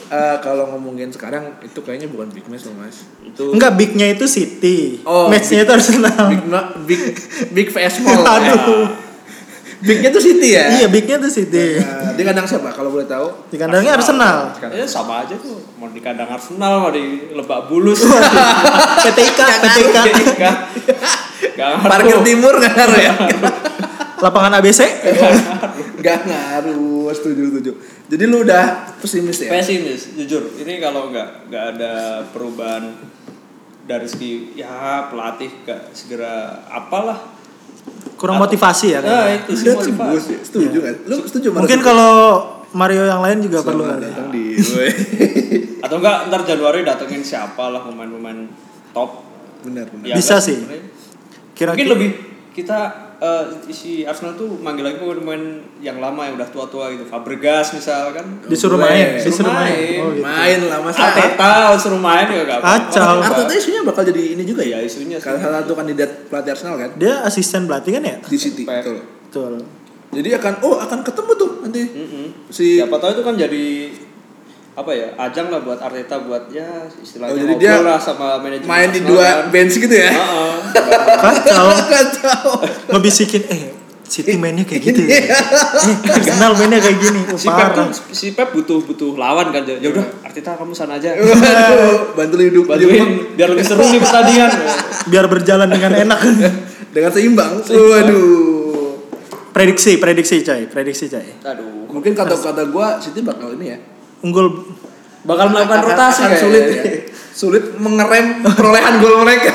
S1: uh, kalau ngomongin sekarang itu kayaknya bukan big match loh mas.
S3: Itu
S2: Enggak, bignya itu City.
S1: Oh,
S2: matchnya itu Arsenal.
S1: Big big big vs small.
S2: Aduh.
S1: Bignya tuh City ya.
S2: Iya, bignya itu City.
S1: Nah, di kandang siapa kalau boleh tahu?
S2: Di kandangnya Arsenal.
S3: Ya sama aja tuh. Mau di kandang Arsenal, mau di Lebak Bulus.
S2: P T I K, P T I K.
S3: Gak
S1: Parkir Timur nggak ngaruh ya?
S2: Lapangan A B C.
S1: Gak ngaruh, setuju setuju. Jadi lu udah pesimis ya?
S3: Pesimis, jujur. Ini kalau nggak nggak ada perubahan dari segi ya pelatih gak segera apalah.
S2: Kurang motivasi ya
S3: Nah,
S2: kayaknya.
S3: itu sih
S1: Udah tuh
S3: motivasi.
S1: bagus ya. Setuju kan? Lu setuju Mar?
S2: Mungkin kalau Mario yang lain juga perlu
S1: Selamat
S2: kali. ya.
S1: datang di
S3: Atau enggak ntar Januari datengin siapa lah pemain-pemain top.
S1: benar benar.
S3: Ya,
S2: Bisa
S3: kan?
S2: sih.
S3: Mungkin
S2: Kira-kira
S3: lebih kita uh, isi Arsenal tuh manggil lagi pemain yang lama yang udah tua-tua gitu. Fabregas misal kan.
S2: disuruh
S1: Boleh.
S2: main, disuruh main.
S3: Main.
S2: Oh, gitu.
S1: Main lah masa.
S3: Arteta suruh main juga gak apa-apa.
S2: Kacau.
S1: Arteta isunya bakal jadi ini juga ya.
S3: Ya isunya sih.
S1: Salah satu kandidat pelatih Arsenal kan
S2: Dia asisten pelatih kan ya?
S1: di City.
S3: Pep.
S1: Betul.
S2: Betul.
S1: Jadi akan oh akan ketemu tuh nanti
S3: Mm-mm.
S1: si
S3: Siapa tahu itu kan jadi apa ya ajang lah buat Arteta buat ya istilahnya
S1: Oh, jadi
S3: ngobrol
S1: dia
S3: lah sama manajemen
S1: main di
S3: Arsenal
S1: dua
S3: kan.
S1: bench gitu ya.
S3: Heeh.
S2: Kacau.
S1: Kacau.
S2: Ngebisikin eh City mainnya kayak gitu ya. Eh, Arsenal mainnya kayak gini. Oh,
S3: si Pep tuh
S2: parah.
S3: si Pep butuh butuh lawan kan ya udah Arteta kamu sana aja
S1: Waduh, bantu hidup
S3: bantuin biar lebih seru nih pertandingan.
S2: Biar berjalan dengan enak.
S1: dengan seimbang. Waduh.
S2: Prediksi, prediksi coy, prediksi coy.
S3: Aduh
S1: Mungkin kata-kata gua City bakal ini ya.
S2: Unggul
S3: bakal melakukan
S1: Akan-
S3: rotasi
S1: akan
S3: kayak
S1: sulit ya. Sulit mengerem perolehan gol mereka.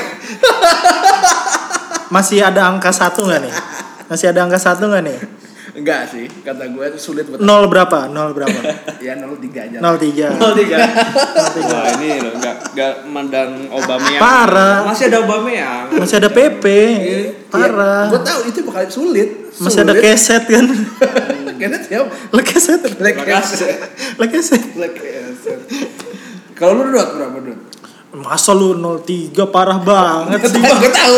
S2: masih ada angka satu nggak nih? Masih ada angka satu nggak nih?
S1: Enggak sih, kata gua itu sulit buat.
S2: Nol berapa? Nol berapa?
S1: Ya nol tiga aja.
S2: Nol tiga.
S3: nol tiga. Wah ini loh nggak nggak mandang Aubameyang.
S2: Parah.
S3: Masih ada Aubameyang.
S2: Masih ada P P. Parah.
S1: Gue tahu itu bakal sulit.
S2: Masih ada keset kan?
S1: Kayaknya siapa?
S2: Lekeset.
S3: Makasih.
S2: Lekeset.
S1: Lekeset. Kalau lu dot berapa dot?
S2: Masa lu nol tiga parah banget sih.
S1: Gue tahu.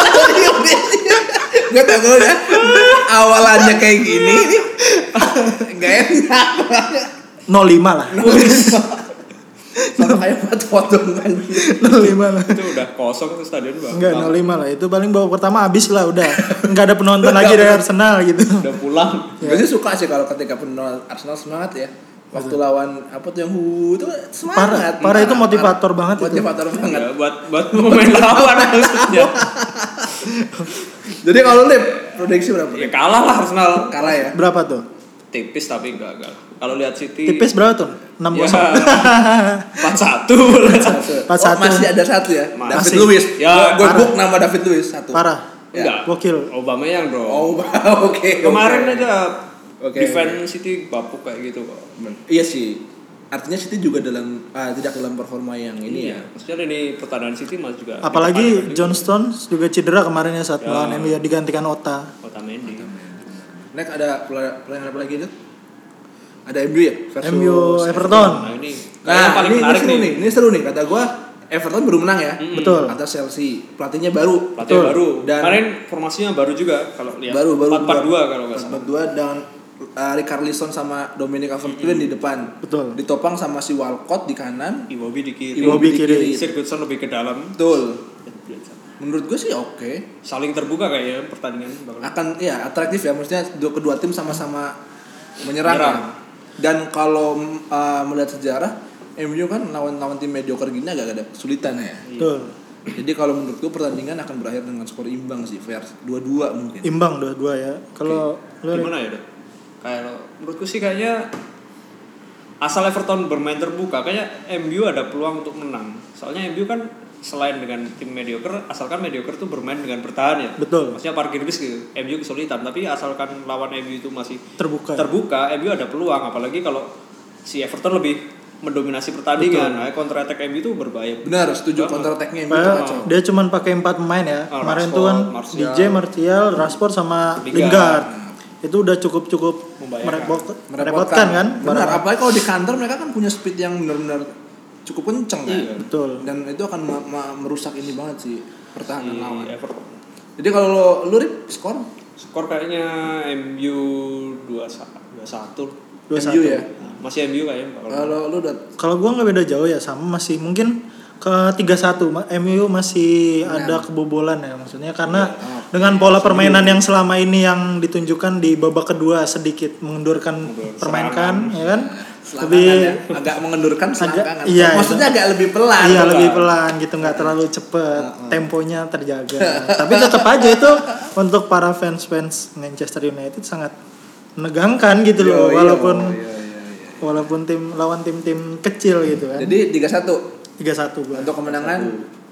S1: Gue tahu gue udah awalannya kayak gini. Gak enak.
S2: nol lima lah.
S1: Sama kayak foto kan.
S2: nol lima lah.
S3: Itu udah kosong tuh stadion bang.
S2: Enggak, nol lima lah. Itu paling babak pertama habis lah udah. Enggak ada penonton lagi dari Arsenal gitu.
S3: Udah pulang.
S1: Gue sih suka sih kalau ketika penonton Arsenal semangat ya. Waktu lawan apa tuh yang hu itu semangat.
S2: Parah, parah itu motivator banget itu.
S1: Motivator banget.
S3: Ya, buat buat pemain lawan maksudnya.
S1: Jadi kalau Lip prediksi berapa?
S3: Ya kalah lah Arsenal.
S1: Kalah ya.
S2: Berapa tuh?
S3: Tipis tapi enggak enggak. Kalau lihat City
S2: Tipis berapa tuh? enam
S3: ya,
S2: kosong.
S3: empat satu.
S2: empat satu.
S1: Oh, masih ada satu ya.
S3: Masih.
S1: David Luiz.
S3: Ya,
S1: gue
S3: parah.
S1: book nama David Luiz satu.
S2: Parah.
S1: Ya.
S3: Enggak.
S2: Gokil.
S3: Aubameyang bro.
S1: Oh, oke.
S3: Kemarin
S1: oke.
S3: aja
S1: Oke,
S3: defense City bapuk kayak gitu kok.
S1: Iya sih. Artinya City juga dalam ah, tidak dalam performa yang ini
S3: Iya.
S1: ya.
S3: Maksudnya ini pertahanan City mas juga.
S2: Apalagi John Stones juga cedera kemarin ya saat
S3: Ya.
S2: melawan M U ya, digantikan Ota.
S3: Otamendi.
S1: Next ada pertandingan apa lagi itu? Ada M U ya versus
S2: M U Everton.
S3: Nah ini
S1: Nah,
S3: yang paling
S1: ini, ini
S3: menarik
S1: seru
S3: nih.
S1: nih. Ini seru nih kata gua. Everton baru menang ya.
S3: Mm.
S2: Betul.
S1: Atas Chelsea. Pelatihnya baru.
S3: Pelatih
S2: Betul.
S3: baru.
S1: Dan-
S3: Kemarin formasinya baru juga kalau lihat.
S1: Baru baru
S3: empat empat dua kalau nggak
S1: empat
S3: salah.
S1: dua dan uh, Richarlison sama Dominic Calvert-Lewin di depan.
S2: Betul.
S1: Ditopang sama si Walcott di kanan.
S3: Iwobi di kiri.
S2: Iwobi kiri.
S3: Sigurdsson lebih ke dalam.
S1: Betul. Menurut gue sih oke.
S3: Saling terbuka kayaknya pertandingan bakal.
S1: Akan ya atraktif ya, maksudnya dua kedua tim sama-sama menyerang.
S3: Menyerang.
S1: Ya. Dan kalau uh, melihat sejarah M U kan lawan-lawan tim mediocre gini agak ada kesulitan ya.
S2: Betul.
S1: Jadi kalau menurutku pertandingan akan berakhir dengan skor imbang sih, fair dua dua mungkin.
S2: Imbang dua-dua ya. Kalau lu
S3: Gimana ya, Dok? Kayak menurutku sih kayaknya asal Everton bermain terbuka, kayaknya M U ada peluang untuk menang. Soalnya M U kan selain dengan tim mediocre, asalkan mediocre tuh bermain dengan bertahan ya.
S2: Betul.
S3: Maksudnya parkir bis gitu. M U kesulitan, tapi asalkan lawan M U itu masih
S2: terbuka.
S3: terbuka, M U ada peluang. Apalagi kalau si Everton lebih mendominasi pertandingan, nah, counter attack M U itu berbahaya.
S1: Benar, setuju counter attack-nya M U itu
S2: Padahal
S1: kacau.
S2: dia cuma pakai empat pemain ya.
S3: Oh,
S2: Kemarin
S3: Rashford,
S2: tuh kan
S3: Martial.
S2: D J, Martial, Rashford sama
S3: Lingard.
S2: Lingard. Itu udah cukup-cukup
S3: Membahayakan.
S2: merepot,
S1: Merepotkan
S2: merepotkan kan.
S1: Benar,
S2: Barang-
S1: apalagi kalau di counter mereka kan punya speed yang benar-benar cukup kenceng kan.
S3: Iya.
S2: Betul.
S1: Dan itu akan ma- ma- merusak ini banget sih pertahanan
S3: Si
S1: lawan.
S3: Everton.
S1: Jadi kalau lo lu Rip, skor
S3: Skor kayaknya M U dua satu.
S2: dua
S1: M U
S2: satu.
S1: ya.
S3: Masih M U kayaknya.
S1: Kalau lu udah
S2: Kalau gua nggak beda jauh ya, sama masih mungkin ke tiga satu. M U masih nah. ada kebobolan ya maksudnya karena ya, oh, dengan pola permainan yang selama ini yang ditunjukkan di babak kedua sedikit mengendurkan Mendur, permainkan ya kan. Lebih
S1: ya. agak mengendurkan selangkangan.
S2: Iya,
S1: maksudnya
S2: itu.
S1: agak lebih pelan.
S2: Iya, lebih pelan gitu, nggak terlalu cepet, uh-uh. temponya terjaga. Tapi tetap aja itu untuk para fans-fans Manchester United sangat menegangkan gitu loh, yo, walaupun yo, yo, yo, yo. walaupun tim lawan tim-tim kecil gitu kan.
S1: Jadi tiga satu
S2: tiga satu gua.
S1: Untuk kemenangan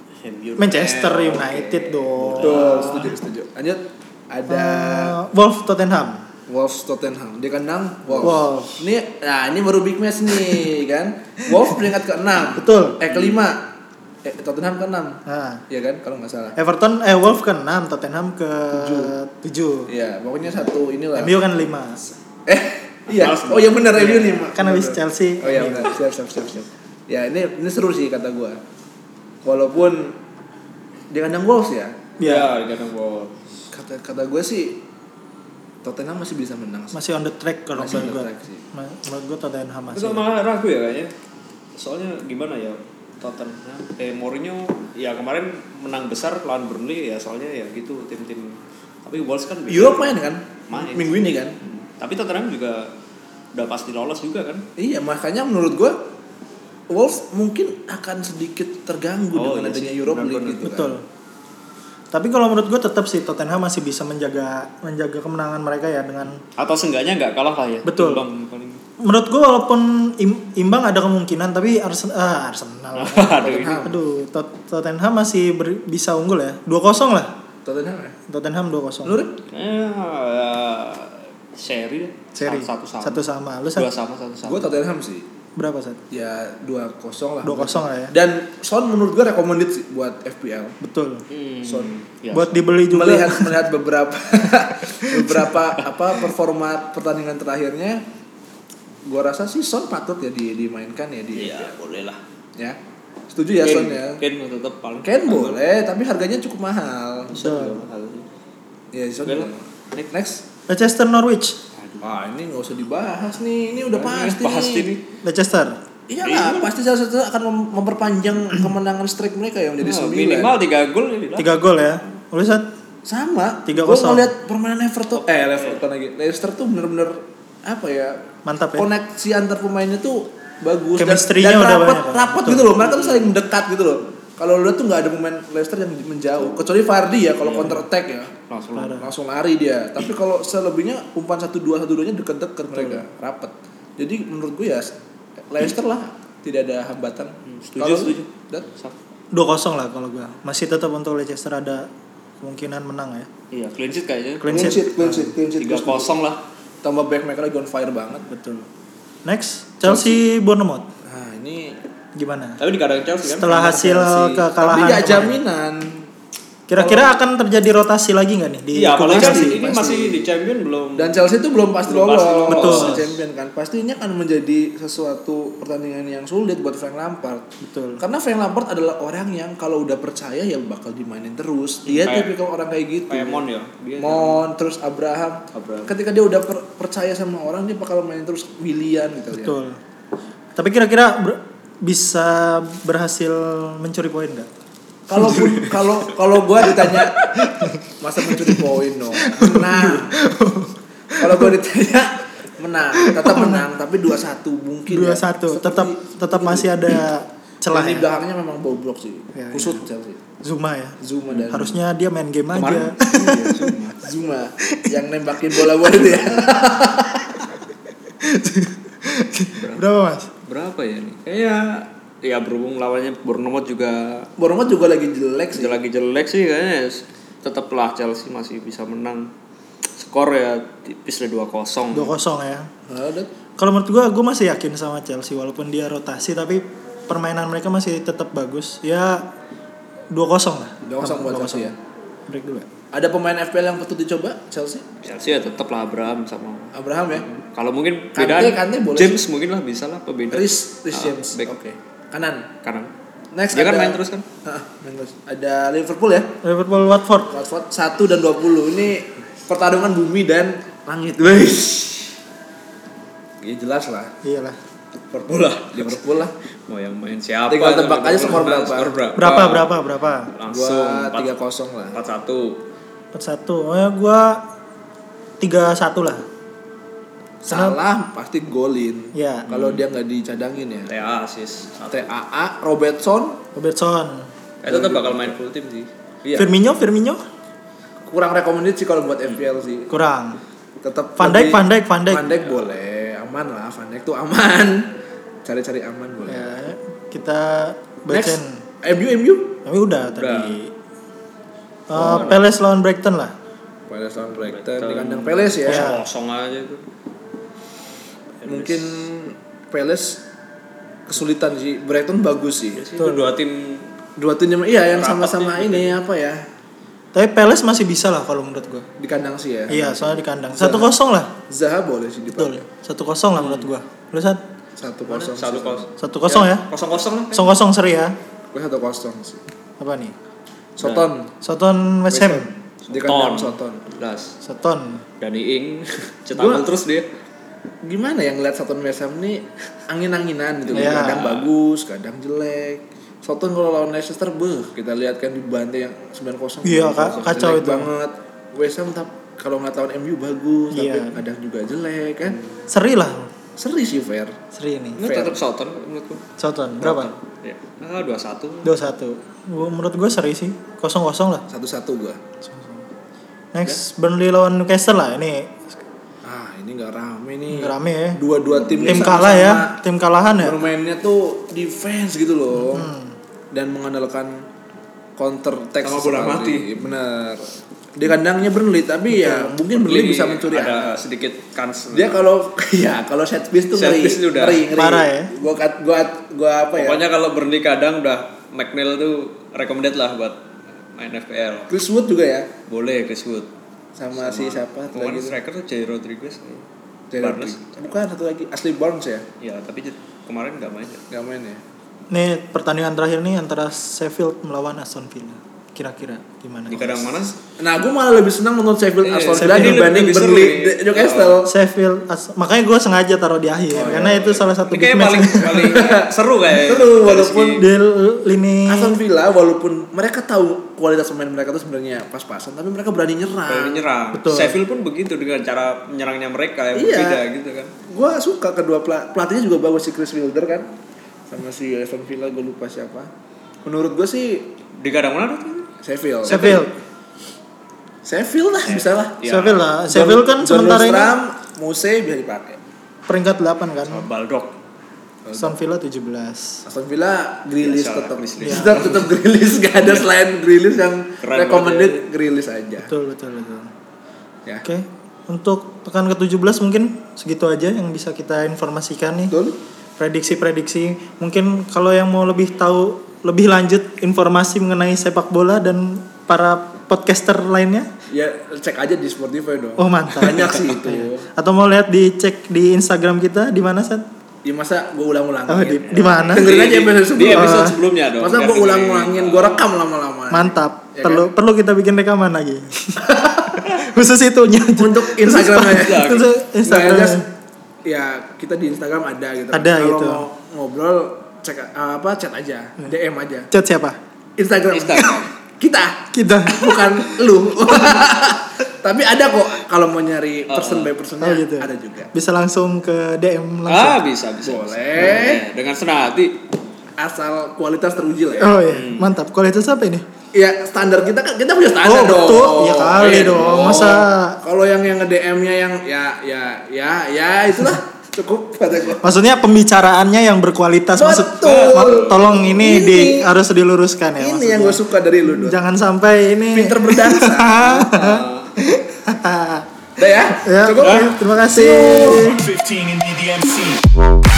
S2: Manchester United okay. dong.
S1: Betul, setuju, setuju. Lanjut ada
S2: uh, Wolves Tottenham.
S1: Wolves Tottenham di kandang Wolves. Wolves. Ini nah ini baru big match nih kan. Wolves peringkat keenam.
S2: Betul.
S1: Eh kelima. Eh Tottenham keenam.
S2: Nah.
S1: Iya kan kalau nggak salah.
S2: Everton eh Wolves keenam, Tottenham ke tujuh.
S1: Iya, pokoknya satu inilah.
S2: M U kan lima.
S1: Eh iya. Oh iya benar M U lima.
S2: Kan habis Chelsea.
S1: Oh iya benar. Siap siap siap siap. Ya ini ini seru sih kata gua. Walaupun di kandang Wolves ya.
S3: Iya, di kandang Wolves.
S1: Kata kata gua sih Tottenham masih bisa menang sih.
S2: Masih on the track kalau menurut gue. Menurut gue Tottenham masih.
S3: Itu malah ragu ya kayaknya. Soalnya gimana ya Tottenham, eh Mourinho ya kemarin menang besar lawan Burnley ya soalnya ya gitu tim-tim. Tapi Wolves kan
S1: Europe main kan?
S3: Main.
S1: Minggu ini kan.
S3: Hmm. Tapi Tottenham juga udah pasti lolos juga kan?
S1: Iya makanya menurut gue Wolves mungkin akan sedikit terganggu oh, dengan adanya Europe League gitu.
S2: Betul. Kan. Tapi kalau menurut gue tetap sih Tottenham masih bisa menjaga menjaga kemenangan mereka ya dengan
S3: atau seenggaknya nggak kalah lah ya.
S2: Betul. Imbang, menurut gue walaupun im, imbang ada kemungkinan tapi Arsenal ah, Arsenal.
S3: aduh,
S2: aduh Tot, Tottenham masih ber, bisa unggul ya. dua kosong lah.
S1: Tottenham ya?
S2: Tottenham dua kosong.
S1: Lu?
S3: Eh uh, seri
S2: seri
S3: satu sama.
S2: Satu sama. Lu
S3: dua sama satu sama.
S1: Gue Tottenham sih.
S2: Berapa Sat?
S1: Ya dua kosong lah.
S2: dua kosong lah ya.
S1: Dan Son menurut gue recommended sih buat F P L.
S2: Betul.
S1: Hmm. Son.
S2: Ya, buat dibeli juga.
S1: Melihat melihat beberapa beberapa apa performa pertandingan terakhirnya, gue rasa sih Son patut ya di, dimainkan ya di.
S3: Iya boleh lah.
S1: Ya. Setuju ya Son ya.
S3: Ken tetap paling.
S1: Ken boleh, tapi harganya cukup mahal.
S3: Betul.
S1: Ya Son. Next. Next.
S2: Leicester Norwich.
S1: Ah ini nggak usah dibahas nih, ini udah nah, pasti.
S3: Pasti nih.
S2: Leicester.
S1: Iya lah, pasti salah satu akan memperpanjang kemenangan streak mereka yang menjadi
S3: nah,
S1: sembilan.
S3: Minimal tiga gol ya.
S2: tiga gol ya. Ulisan
S1: sama.
S2: tiga kosong.
S1: Gue ngeliat permainan Everton, eh Everton lagi. Leicester tuh bener-bener apa ya?
S2: Mantap ya.
S1: Koneksi antar pemainnya tuh bagus
S2: chemistry-nya
S1: dan, dan
S2: udah
S1: rapat,
S2: banyak.
S1: rapat gitu loh. Mereka tuh saling mendekat gitu loh. Kalau lu tuh nggak ada pemain Leicester yang menjauh, kecuali Vardy ya kalau yeah. counter attack ya
S3: langsung
S1: langsung lari dia. Tapi kalau selebihnya umpan satu dua satu duanya deket-deket mereka rapat. Jadi menurut gue ya Leicester lah tidak ada hambatan.
S3: Hmm, setuju setuju.
S2: dua kosong lah kalau gue. Masih tetap untuk Leicester ada kemungkinan menang ya.
S3: Iya, clean sheet kayaknya.
S1: Clean sheet, clean sheet, clean sheet.
S3: tiga kosong lah.
S1: Tambah back mereka lagi on fire banget.
S2: Betul. Next, Chelsea Bournemouth.
S1: Nah, ini
S2: gimana?
S3: Tapi di kandang Chelsea kan.
S2: Setelah hasil
S1: Chelsea.
S2: kekalahan.
S1: Tapi gak jaminan.
S2: Kira-kira kalau, akan terjadi rotasi lagi nggak nih di
S3: iya, apalagi
S2: Chelsea?
S3: Ini pasti. Masih di champion belum.
S1: Dan Chelsea itu belum pasti
S3: belum
S1: lolos.
S3: Pasti lolos.
S2: Betul.
S1: Di champion kan. Pastinya akan menjadi sesuatu pertandingan yang sulit buat Frank Lampard.
S2: Betul.
S1: Karena Frank Lampard adalah orang yang kalau udah percaya ya bakal dimainin terus. Dia tipikal orang kayak gitu.
S3: Kayak Mon ya.
S1: Dia Mon kan. Terus Abraham.
S3: Abraham.
S1: Ketika dia udah per- percaya sama orang dia bakal mainin terus. Willian gitu.
S2: Betul.
S1: Ya.
S2: Tapi kira-kira ber- bisa berhasil mencuri poin nggak?
S1: Kalaupun kalau kalau gue ditanya masa mencuri poin no menang. Kalau gue ditanya menang, tetap menang tapi dua satu mungkin.
S2: dua satu ya. tetap tetap masih ada celah.
S1: Di
S2: ya?
S1: belakangnya memang boblok sih.
S2: Ya,
S1: Kusut
S2: ya.
S1: Chelsea.
S2: Zuma ya.
S1: Zuma dan
S2: harusnya dia main game
S3: kemarin,
S2: aja.
S1: Iya, Zuma. Zuma yang nembakin bola-bola itu ya.
S2: Berapa Mas?
S3: Berapa ya nih? Kayak ya berhubung lawannya Bournemouth juga
S1: Bournemouth juga lagi jelek sih.
S3: Lagi jelek sih kayaknya. Tetaplah Chelsea masih bisa menang. Skor ya tipis lah dua kosong.
S2: dua kosong ya.
S1: Nah,
S2: kalau menurut gue, gue masih yakin sama Chelsea walaupun dia rotasi tapi permainan mereka masih tetap bagus. Ya dua kosong lah.
S1: dua kosong buat Chelsea ya.
S2: Break dulu.
S1: Ada pemain F P L yang patut dicoba Chelsea?
S3: Chelsea ya tetaplah Abraham sama
S1: Abraham ya.
S3: Kalau mungkin
S1: Kante,
S3: beda
S1: Kante boleh.
S3: James mungkin lah bisa lah pembeda.
S1: Rhys Rhys James.
S3: Back.
S1: Oke. Okay. Kanan.
S3: Kanan.
S1: Next
S3: dia
S1: ada,
S3: kan main terus kan?
S1: Heeh, main terus. Ada Liverpool ya.
S2: Liverpool Watford.
S1: Watford satu dan dua puluh. Ini pertarungan bumi dan langit. Wih. Ya jelas lah.
S2: Iyalah.
S3: Liverpool lah.
S1: Liverpool lah.
S3: Mau yang main siapa?
S1: Tinggal tebak aja skor berapa.
S3: Skor berapa?
S2: Berapa berapa berapa?
S3: Langsung
S1: Gua tiga kosong lah.
S3: empat satu.
S2: empat satu. Oh ya gua tiga satu lah.
S1: Salah pasti golin.
S2: Ya.
S1: Kalau dia nggak dicadangin ya.
S3: T A assist.
S1: T A A Robertson
S2: Robertson.
S3: Eh, tetap bakal main full tim sih.
S1: iya.
S2: Firmino, Firmino
S1: Kurang recommended sih kalau buat M P L sih.
S2: kurang.
S1: Tetap
S2: Van Dijk,
S1: lebih-
S2: Van Dijk, Van Dijk.
S1: Van Dijk boleh, aman lah. Van Dijk tuh aman. Cari-cari aman boleh.
S2: Ya, kita bacain.
S1: Next, M U M U.
S2: Tapi udah tadi. Uh, Palace lawan Brighton lah.
S1: Palace lawan Brighton di kandang Palace ya.
S2: Iya.
S3: Kosong aja itu.
S1: Mungkin Palace kesulitan sih. Brighton bagus sih.
S3: Itu dua tim
S1: Dua tim yang- iya yang
S3: Rapat
S1: sama-sama
S3: nih,
S1: ini apa ya?
S2: Tapi Palace masih bisa lah kalau menurut gua.
S1: Di kandang sih ya.
S2: Iya, soalnya di kandang. satu kosong lah.
S1: Zaha boleh sih
S2: Betul.
S1: dipakai.
S2: satu kosong lah menurut gua. Lu Sat?
S1: Satu kosong.
S3: satu kosong.
S2: satu kosong ya.
S3: Kosong kosong lah.
S2: kosong kosong seri ya.
S1: Gue satu kosong sih.
S2: Apa nih?
S1: Soton.
S2: Soton West Ham.
S1: Di kandang Soton.
S3: Jelas.
S2: Soton.
S3: Dani Ing cetak
S1: Gua-
S3: gol terus dia.
S1: Gimana ya ngeliat Soton West Ham nih angin-anginan gitu.
S2: Iya.
S1: Kadang bagus, kadang jelek. Soton kalau lawan Leicester, beuh, kita lihat kan di bantai yang sembilan kosong.
S2: Iya, Kak, kacau
S1: jelek
S2: itu.
S1: banget. West Ham tap- kalau nggak lawan M U bagus,
S2: Iya.
S1: tapi kadang juga jelek kan.
S2: Seri lah.
S1: Seri sih fair.
S2: Seri ini.
S3: Ini
S1: Fair.
S3: tetap Southampton menurutku.
S2: Soton berapa?
S3: Ya. Ah, dua satu.
S2: dua satu. Gua menurut gua seri sih. kosong kosong lah.
S1: Satu-satu gua.
S2: Next Burnley lawan Newcastle lah. Ini
S1: Ah, ini nggak rame nih.
S2: rame ya.
S1: Dua-dua tim
S2: Tim
S1: ini
S2: kalah ya.
S1: sama-sama
S2: Tim kalahan ya.
S1: bermainnya tuh defense gitu loh.
S2: Hmm.
S1: Dan mengandalkan counter attack
S3: Sama bola
S1: sekali.
S3: mati.
S1: Bener. Di kandangnya Burnley tapi ya mungkin Burnley bisa mencuri
S3: ada
S1: angka.
S3: sedikit kans.
S1: Dia kalau ya kalau set piece tuh
S3: Set
S1: ngeri,
S3: piece itu udah
S1: ngeri, ngeri.
S2: parah ya.
S1: Gua kat, gua gua apa ya?
S3: Pokoknya kalau Burnley kadang udah McNeil tuh recommended lah buat main F P L.
S1: Chris Wood juga ya.
S3: Boleh Chris Wood.
S1: Sama, si siapa satu
S3: Kemarin
S1: lagi?
S3: striker tuh Jay Rodriguez.
S1: Jared
S3: Barnes.
S1: Pick. Bukan satu lagi Ashley Barnes ya.
S3: Ya, tapi j- kemarin nggak main ya.
S1: Gak main ya.
S2: Nih pertandingan terakhir nih antara Sheffield melawan Aston Villa. Kira-kira gimana?
S3: Di kandang mana?
S1: Nah, gue malah lebih senang nonton Sheffield
S3: Iya,
S1: Aston
S3: Sheffield
S1: Villa
S3: ini
S1: dibanding
S3: lebih seru
S1: Burnley
S3: nih.
S1: Newcastle.
S2: Sheffield As- makanya gue sengaja taruh di akhir
S1: Oh,
S2: karena
S1: iya,
S2: itu salah satu
S3: Ini
S2: big
S3: kayak
S2: match
S3: paling paling seru kayak.
S1: Seru, walaupun
S2: di lini
S1: Aston Villa walaupun mereka tahu kualitas pemain mereka tuh sebenarnya pas-pasan, tapi mereka berani nyerang.
S3: Berani nyerang.
S2: Betul.
S3: Sheffield pun begitu dengan cara menyerangnya mereka yang
S1: Iya.
S3: berbeda gitu kan.
S1: Gue suka kedua pel- pelatihnya juga bagus, si Chris Wilder kan, sama si Aston Villa gue lupa siapa. Menurut gue sih
S3: Di kandang mana tuh?
S1: Sheffield.
S2: Sheffield.
S1: Sheffield lah bisa lah.
S3: Ya.
S2: Sheffield lah. Sheffield kan
S1: John
S2: sementara ini
S1: Lundstram, Muse bisa dipakai.
S2: peringkat delapan kan.
S3: Sama Baldock.
S2: Aston Villa tujuh belas.
S1: Aston Villa Grealish
S3: Biasa lah,
S1: tetap.
S3: Grealish.
S1: Tetap tetap Grealish, gak ada selain Grealish yang
S3: Keren
S1: recommended
S3: banget
S1: Grealish aja.
S2: Betul betul betul.
S1: Ya.
S2: Oke. Untuk pekan ke tujuh belas mungkin segitu aja yang bisa kita informasikan nih.
S1: Betul?
S2: Prediksi-prediksi. Mungkin kalau yang mau lebih tahu lebih lanjut informasi mengenai sepak bola dan para podcaster lainnya,
S1: Ya cek aja di Spotify dong.
S2: oh mantap.
S1: Banyak sih itu.
S2: Atau mau lihat dicek di Instagram kita di mana Sat?
S1: Ya masa gue ulang-ulangin.
S2: Oh, di, di mana?
S1: Dengerin aja
S3: Di-
S1: episode
S3: di
S1: sebelumnya.
S3: episode sebelumnya dong.
S1: Masa
S3: Biar
S1: gue
S3: dengerin.
S1: ulang-ulangin, gue rekam lama-lama.
S2: Mantap.
S1: Ya
S2: perlu
S1: kan?
S2: perlu kita bikin rekaman lagi. Khusus itunya.
S1: Untuk Instagramnya ya.
S2: Khusus
S1: Nggak,
S2: Instagram.
S1: just, ya kita di Instagram ada gitu.
S2: Ada
S1: Kalau
S2: gitu.
S1: mau ngobrol cek uh, apa chat aja, D M aja.
S2: Chat siapa?
S1: Instagram.
S3: Instagram.
S1: Kita,
S2: Kita.
S1: bukan lu. Tapi ada kok kalau mau nyari person by personnya
S2: Oh, gitu.
S1: ada juga.
S2: Bisa langsung ke D M
S3: Ah,
S2: langsung.
S3: bisa bisa.
S1: Boleh.
S3: bisa. Dengan senang hati.
S1: Asal kualitas teruji lah ya.
S2: Oh iya, mantap. Kualitas apa ini?
S1: Ya standar kita kan kita punya standar
S2: Oh,
S1: dong.
S2: betul. Ya kali
S1: Iya
S2: dong. Masa
S1: kalau yang yang nge-D M-nya yang ya ya ya ya itulah cukup kata gua.
S2: maksudnya pembicaraannya yang berkualitas. Maksud
S1: Betul.
S2: Ma- tolong ini,
S1: Ini.
S2: di harus diluruskan ya.
S1: Ini yang gue suka dari lu, Dot.
S2: Jangan sampai ini
S1: Pinter berdansa. Udah ya?
S2: Ya,
S1: Cukup.
S2: oke, terima kasih.
S4: fifteen in the D M C.